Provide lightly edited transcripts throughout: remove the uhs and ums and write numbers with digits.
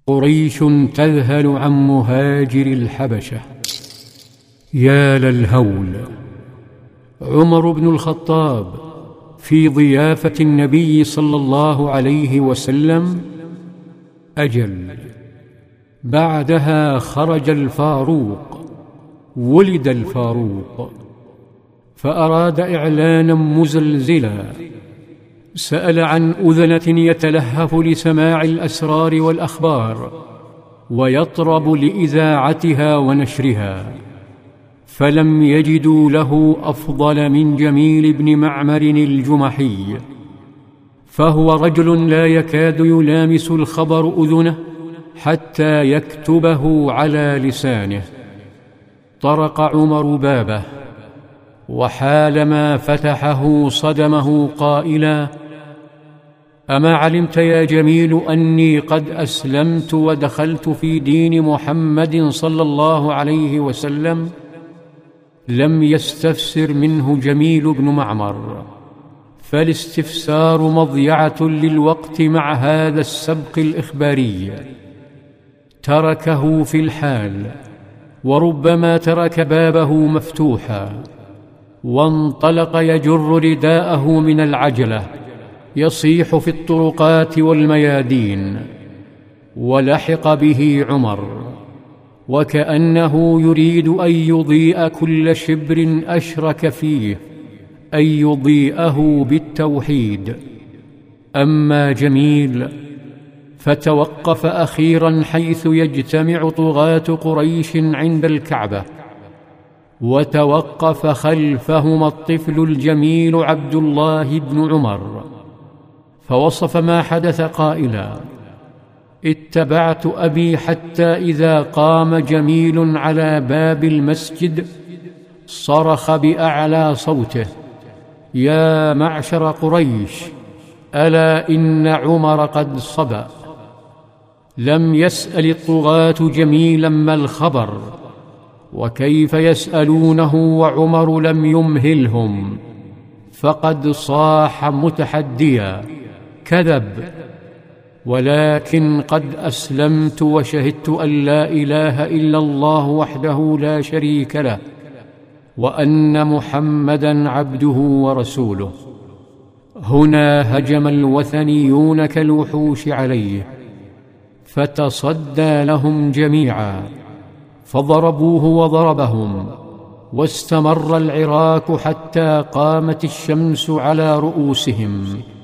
قريش تذهل عن مهاجر الحبشة. يا للهول! عمر بن الخطاب في ضيافة النبي صلى الله عليه وسلم. أجل، بعدها خرج الفاروق، ولد الفاروق، فأراد إعلانا مزلزلا، سأل عن أذنة يتلهف لسماع الأسرار والأخبار ويطرب لإذاعتها ونشرها، فلم يجدوا له أفضل من جميل بن معمر الجمحي، فهو رجل لا يكاد يلامس الخبر أذنه حتى يكتبه على لسانه. طرق عمر بابه، وحالما فتحه صدمه قائلا: أما علمت يا جميل أني قد أسلمت ودخلت في دين محمد صلى الله عليه وسلم؟ لم يستفسر منه جميل بن معمر، فالاستفسار مضيعة للوقت مع هذا السبق الإخباري. تركه في الحال، وربما ترك بابه مفتوحا، وانطلق يجر رداءه من العجلة يصيح في الطرقات والميادين. ولحق به عمر، وكأنه يريد أن يضيء كل شبر أشرك فيه، أن يضيئه بالتوحيد. أما جميل فتوقف أخيرا حيث يجتمع طغاة قريش عند الكعبة، وتوقف خلفهما الطفل الجميل عبد الله بن عمر، فوصف ما حدث قائلا: اتبعت أبي حتى إذا قام جميل على باب المسجد صرخ بأعلى صوته: يا معشر قريش، ألا إن عمر قد صبأ. لم يسأل الطغاة جميلا ما الخبر، وكيف يسألونه وعمر لم يمهلهم، فقد صاح متحديا: كذب، ولكن قد أسلمت وشهدت أن لا إله إلا الله وحده لا شريك له، وأن محمدا عبده ورسوله. هنا هجم الوثنيون كالوحوش عليه، فتصدى لهم جميعا، فضربوه وضربهم، واستمر العراك حتى قامت الشمس على رؤوسهم.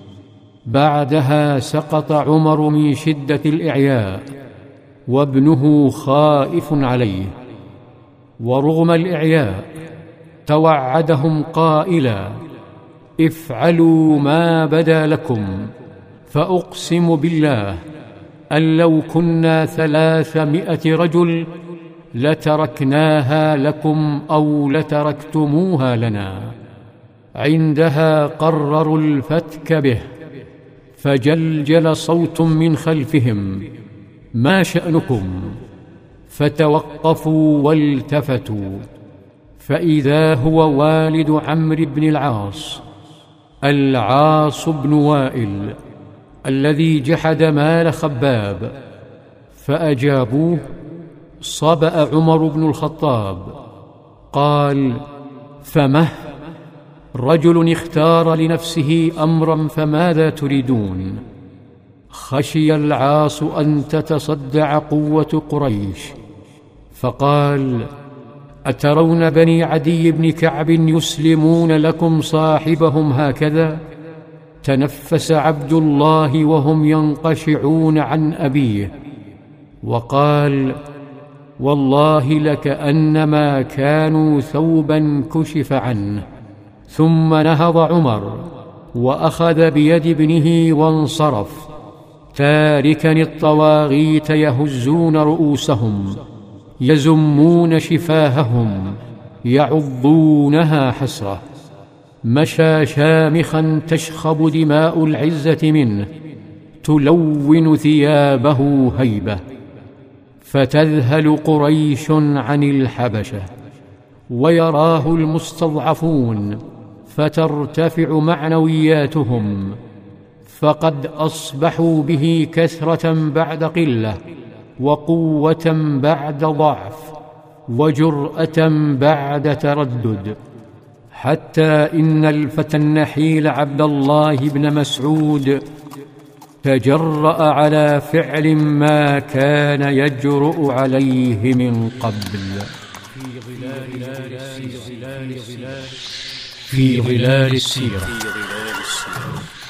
بعدها سقط عمر من شدة الإعياء، وابنه خائف عليه، ورغم الإعياء توعدهم قائلا: افعلوا ما بدا لكم، فأقسم بالله أن لو كنا 300 رجل لتركناها لكم أو لتركتموها لنا. عندها قرروا الفتك به، فجلجل صوت من خلفهم: ما شأنكم؟ فتوقفوا والتفتوا، فإذا هو والد عمرو بن العاص، العاص بن وائل، الذي جحد مال خباب. فأجابوه: صبأ عمر بن الخطاب. قال: فمه؟ رجل اختار لنفسه أمرا، فماذا تريدون؟ خشي العاص أن تتصدع قوة قريش، فقال: أترون بني عدي بن كعب يسلمون لكم صاحبهم هكذا؟ تنفس عبد الله وهم ينقشعون عن أبيه، وقال: والله لكأنما كانوا ثوبا كشف عنه. ثم نهض عمر وأخذ بيد ابنه وانصرف، تاركا الطواغيت يهزون رؤوسهم، يزمون شفاههم، يعضونها حسرة. مشى شامخا تشخب دماء العزة منه، تلون ثيابه هيبة. فتذهل قريش عن الحبشة، ويراه المستضعفون، فترتفع معنوياتهم، فقد أصبحوا به كثرة بعد قلة، وقوة بعد ضعف وجرأة بعد تردد، حتى إن الفتى النحيل عبد الله بن مسعود تجرأ على فعل ما كان يجرؤ عليه من قبل. في ظلال السيرة.